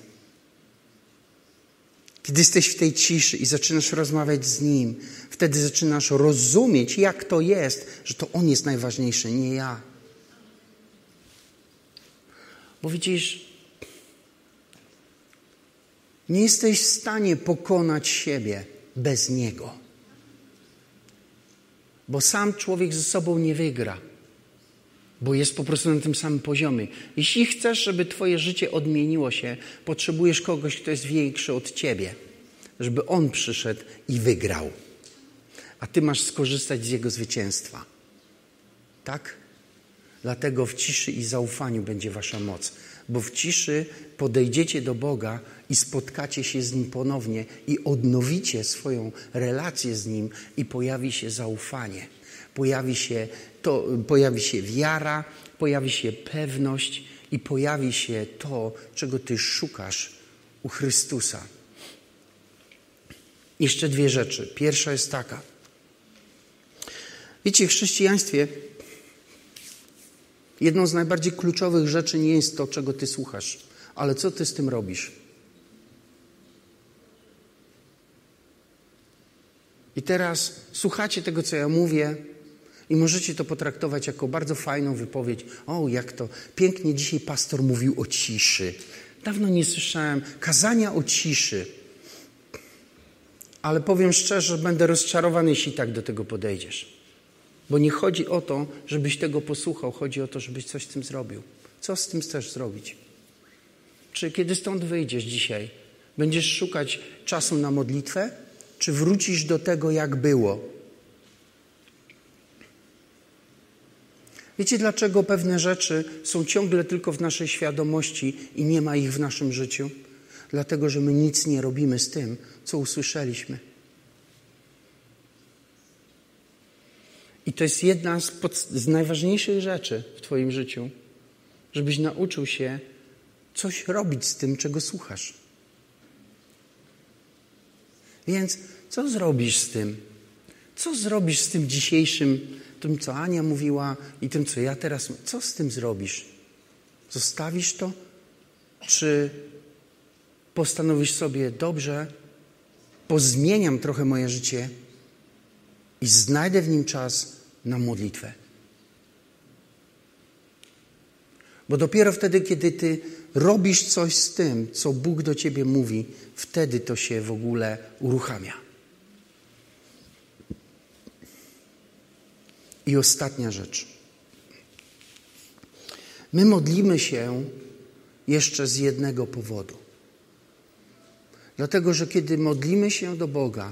Kiedy jesteś w tej ciszy i zaczynasz rozmawiać z Nim, wtedy zaczynasz rozumieć, jak to jest, że to On jest najważniejszy, nie ja. Bo widzisz, nie jesteś w stanie pokonać siebie bez Niego. Bo sam człowiek ze sobą nie wygra. Bo jest po prostu na tym samym poziomie. Jeśli chcesz, żeby twoje życie odmieniło się, potrzebujesz kogoś, kto jest większy od ciebie. Żeby On przyszedł i wygrał. A ty masz skorzystać z Jego zwycięstwa. Tak? Dlatego w ciszy i zaufaniu będzie wasza moc. Bo w ciszy podejdziecie do Boga i spotkacie się z Nim ponownie i odnowicie swoją relację z Nim i pojawi się zaufanie. Pojawi się, to, pojawi się wiara, pojawi się pewność i pojawi się to, czego ty szukasz u Chrystusa. Jeszcze dwie rzeczy. Pierwsza jest taka. Wiecie, w chrześcijaństwie jedną z najbardziej kluczowych rzeczy nie jest to, czego ty słuchasz, ale co ty z tym robisz. I teraz słuchacie tego, co ja mówię i możecie to potraktować jako bardzo fajną wypowiedź. O, jak to pięknie dzisiaj pastor mówił o ciszy. Dawno nie słyszałem kazania o ciszy. Ale powiem szczerze, będę rozczarowany, jeśli tak do tego podejdziesz. Bo nie chodzi o to, żebyś tego posłuchał. Chodzi o to, żebyś coś z tym zrobił. Co z tym chcesz zrobić? Czy kiedy stąd wyjdziesz dzisiaj, będziesz szukać czasu na modlitwę? Czy wrócisz do tego, jak było? Wiecie, dlaczego pewne rzeczy są ciągle tylko w naszej świadomości i nie ma ich w naszym życiu? Dlatego, że my nic nie robimy z tym, co usłyszeliśmy. I to jest jedna z, pod, z najważniejszych rzeczy w twoim życiu, żebyś nauczył się coś robić z tym, czego słuchasz. Więc co zrobisz z tym? Co zrobisz z tym dzisiejszym, tym, co Ania mówiła i tym, co ja teraz mówię? Co z tym zrobisz? Zostawisz to? Czy postanowisz sobie, dobrze, pozmieniam trochę moje życie i znajdę w nim czas na modlitwę? Bo dopiero wtedy, kiedy ty robisz coś z tym, co Bóg do ciebie mówi, wtedy to się w ogóle uruchamia. I ostatnia rzecz. My modlimy się jeszcze z jednego powodu. Dlatego, że kiedy modlimy się do Boga,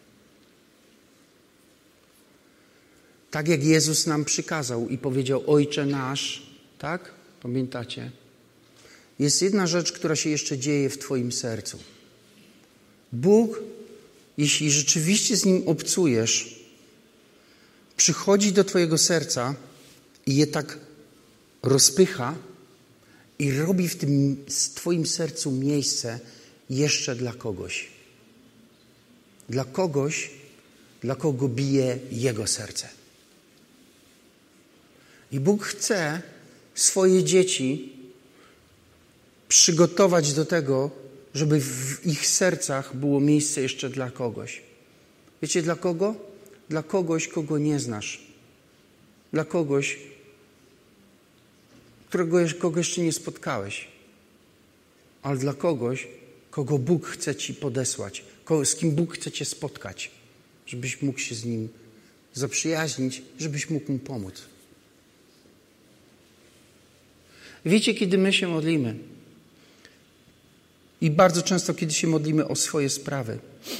tak jak Jezus nam przykazał i powiedział: Ojcze nasz, tak? Pamiętacie? Jest jedna rzecz, która się jeszcze dzieje w twoim sercu. Bóg, jeśli rzeczywiście z Nim obcujesz, przychodzi do twojego serca i je tak rozpycha i robi w tym twoim sercu miejsce jeszcze dla kogoś. Dla kogoś, dla kogo bije Jego serce. I Bóg chce swoje dzieci przygotować do tego, żeby w ich sercach było miejsce jeszcze dla kogoś. Wiecie dla kogo? Dla kogoś, kogo nie znasz. Dla kogoś, którego kogo jeszcze nie spotkałeś. Ale dla kogoś, kogo Bóg chce ci podesłać, z kim Bóg chce cię spotkać, żebyś mógł się z nim zaprzyjaźnić, żebyś mógł mu pomóc. Wiecie, kiedy my się modlimy i bardzo często, kiedy się modlimy o swoje sprawy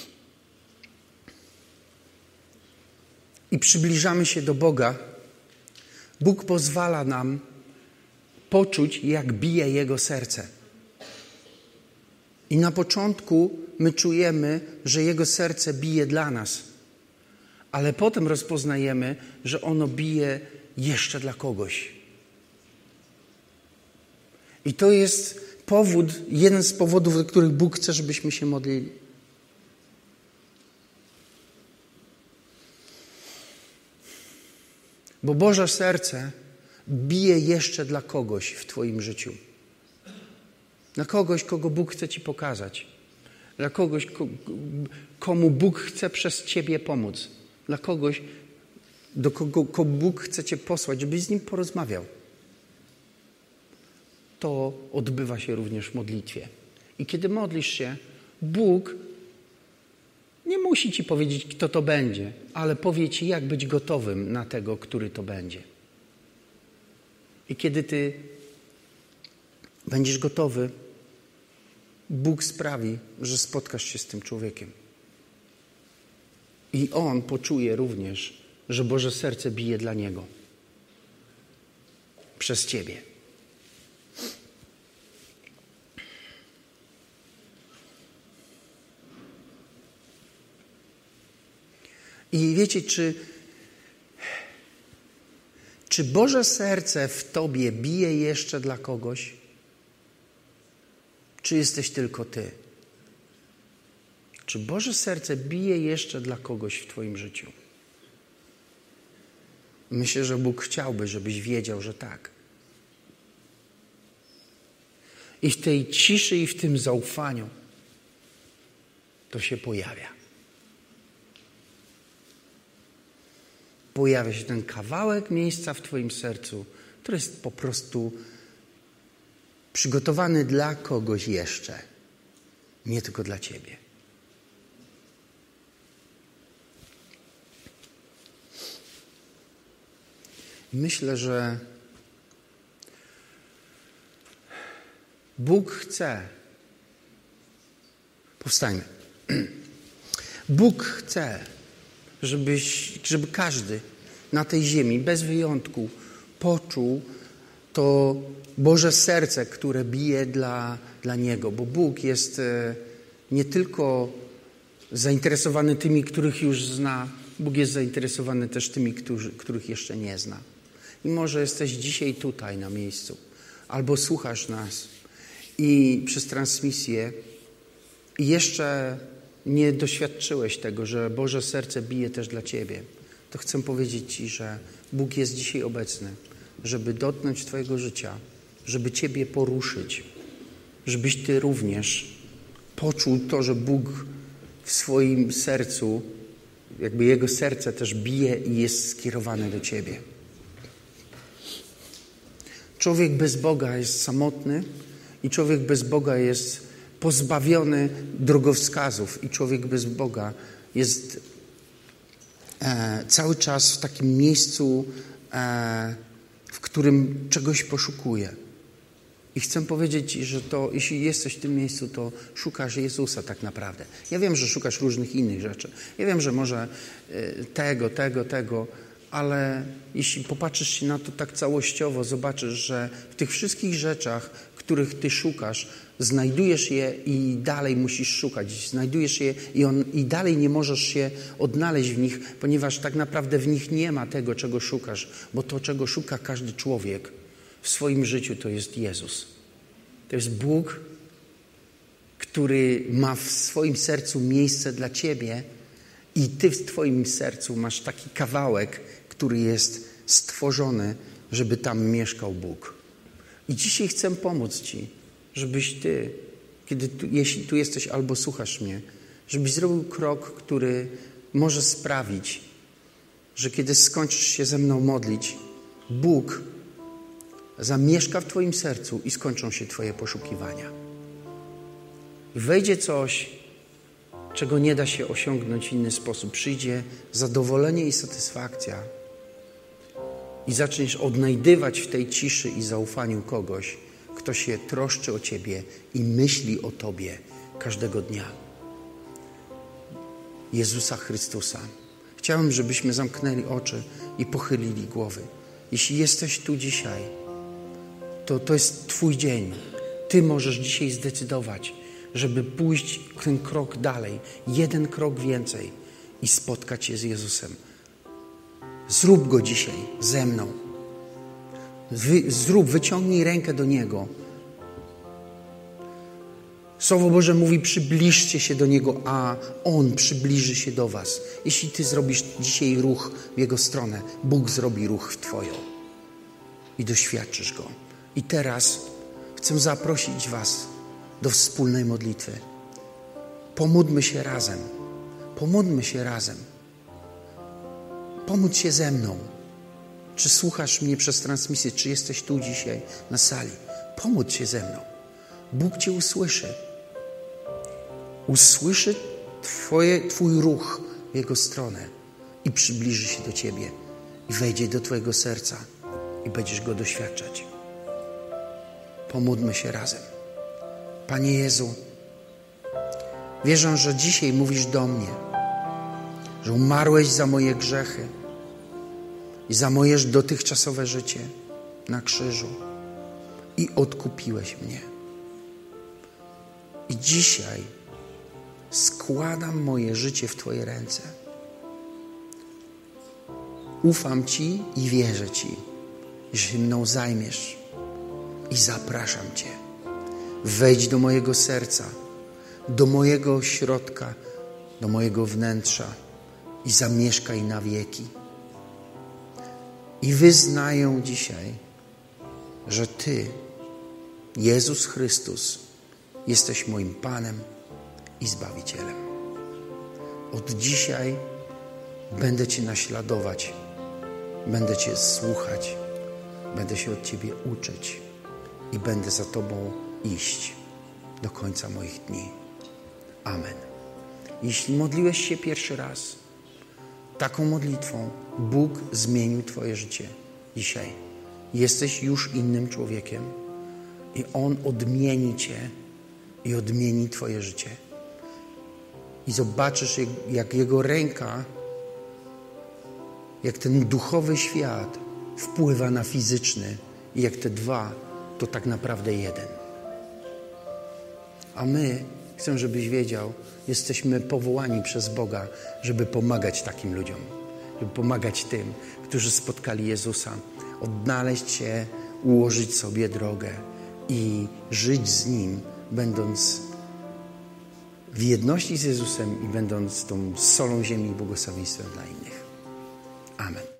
i przybliżamy się do Boga, Bóg pozwala nam poczuć, jak bije Jego serce. I na początku my czujemy, że Jego serce bije dla nas, ale potem rozpoznajemy, że ono bije jeszcze dla kogoś. I to jest powód, jeden z powodów, do których Bóg chce, żebyśmy się modlili. Bo Boże serce bije jeszcze dla kogoś w twoim życiu. Dla kogoś, kogo Bóg chce ci pokazać. Dla kogoś, komu Bóg chce przez ciebie pomóc. Dla kogoś, do kogo, kogo Bóg chce cię posłać, żebyś z nim porozmawiał. To odbywa się również w modlitwie. I kiedy modlisz się, Bóg nie musi ci powiedzieć, kto to będzie, ale powie ci, jak być gotowym na tego, który to będzie. I kiedy ty będziesz gotowy, Bóg sprawi, że spotkasz się z tym człowiekiem. I on poczuje również, że Boże serce bije dla niego. przez Ciebie. I wiecie, czy, czy Boże serce w Tobie bije jeszcze dla kogoś? Czy jesteś tylko Ty? Czy Boże serce bije jeszcze dla kogoś w Twoim życiu? Myślę, że Bóg chciałby, żebyś wiedział, że tak. I w tej ciszy i w tym zaufaniu to się pojawia. Pojawia się ten kawałek miejsca w Twoim sercu, który jest po prostu przygotowany dla kogoś jeszcze, nie tylko dla Ciebie. Myślę, że Bóg chce, powstańmy, Bóg chce, żebyś, żeby każdy na tej ziemi, bez wyjątku, poczuł to Boże serce, które bije dla, dla Niego. Bo Bóg jest nie tylko zainteresowany tymi, których już zna, Bóg jest zainteresowany też tymi, którzy, których jeszcze nie zna. I może jesteś dzisiaj tutaj na miejscu, albo słuchasz nas i przez transmisję i jeszcze nie doświadczyłeś tego, że Boże serce bije też dla Ciebie, to chcę powiedzieć Ci, że Bóg jest dzisiaj obecny, żeby dotknąć Twojego życia, żeby Ciebie poruszyć, żebyś Ty również poczuł to, że Bóg w swoim sercu, jakby Jego serce też bije i jest skierowane do Ciebie. Człowiek bez Boga jest samotny i człowiek bez Boga jest pozbawiony drogowskazów i człowiek bez Boga jest e, cały czas w takim miejscu, e, w którym czegoś poszukuje. I chcę powiedzieć Ci, że to, jeśli jesteś w tym miejscu, to szukasz Jezusa tak naprawdę. Ja wiem, że szukasz różnych innych rzeczy. Ja wiem, że może e, tego, tego, tego, ale jeśli popatrzysz się na to tak całościowo, zobaczysz, że w tych wszystkich rzeczach, których Ty szukasz, znajdujesz je i dalej musisz szukać. Znajdujesz je i, on, i dalej nie możesz się odnaleźć w nich, ponieważ tak naprawdę w nich nie ma tego, czego szukasz. Bo to, czego szuka każdy człowiek w swoim życiu, to jest Jezus. To jest Bóg, który ma w swoim sercu miejsce dla Ciebie i Ty w Twoim sercu masz taki kawałek, który jest stworzony, żeby tam mieszkał Bóg. I dzisiaj chcę pomóc Ci, żebyś Ty, kiedy tu, jeśli tu jesteś albo słuchasz mnie, żebyś zrobił krok, który może sprawić, że kiedy skończysz się ze mną modlić, Bóg zamieszka w Twoim sercu i skończą się Twoje poszukiwania. Wejdzie coś, czego nie da się osiągnąć w inny sposób. Przyjdzie zadowolenie i satysfakcja i zaczniesz odnajdywać w tej ciszy i zaufaniu kogoś, kto się troszczy o Ciebie i myśli o Tobie każdego dnia. Jezusa Chrystusa. Chciałem, żebyśmy zamknęli oczy i pochylili głowy. Jeśli jesteś tu dzisiaj, to to jest Twój dzień. Ty możesz dzisiaj zdecydować, żeby pójść ten krok dalej, jeden krok więcej i spotkać się z Jezusem. Zrób go dzisiaj ze mną. Wy, zrób, wyciągnij rękę do Niego. Słowo Boże mówi, przybliżcie się do Niego, a On przybliży się do was. Jeśli Ty zrobisz dzisiaj ruch w Jego stronę, Bóg zrobi ruch w Twoją i doświadczysz Go. I teraz chcę zaprosić was do wspólnej modlitwy. Pomódlmy się razem. Pomódlmy się razem. Pomódl się ze mną. Czy słuchasz mnie przez transmisję, czy jesteś tu dzisiaj na sali? Pomódl się ze mną. Bóg Cię usłyszy. Usłyszy twoje, Twój ruch w Jego stronę i przybliży się do Ciebie i wejdzie do Twojego serca i będziesz Go doświadczać. Pomódlmy się razem. Panie Jezu, wierzę, że dzisiaj mówisz do mnie, że umarłeś za moje grzechy i za moje dotychczasowe życie na krzyżu i odkupiłeś mnie. I dzisiaj składam moje życie w Twoje ręce. Ufam Ci i wierzę Ci, że się mną zajmiesz i zapraszam Cię. Wejdź do mojego serca, do mojego środka, do mojego wnętrza i zamieszkaj na wieki. I wyznaję dzisiaj, że Ty, Jezus Chrystus, jesteś moim Panem i Zbawicielem. Od dzisiaj będę Cię naśladować, będę Cię słuchać, będę się od Ciebie uczyć i będę za Tobą iść do końca moich dni. Amen. Jeśli modliłeś się pierwszy raz taką modlitwą, Bóg zmienił Twoje życie dzisiaj. Jesteś już innym człowiekiem i On odmieni Cię i odmieni Twoje życie. I zobaczysz, jak Jego ręka, jak ten duchowy świat wpływa na fizyczny i jak te dwa to tak naprawdę jeden. A my, chcę, żebyś wiedział, jesteśmy powołani przez Boga, żeby pomagać takim ludziom, żeby pomagać tym, którzy spotkali Jezusa, odnaleźć się, ułożyć sobie drogę i żyć z Nim, będąc w jedności z Jezusem i będąc tą solą ziemi i błogosławieństwem dla innych. Amen.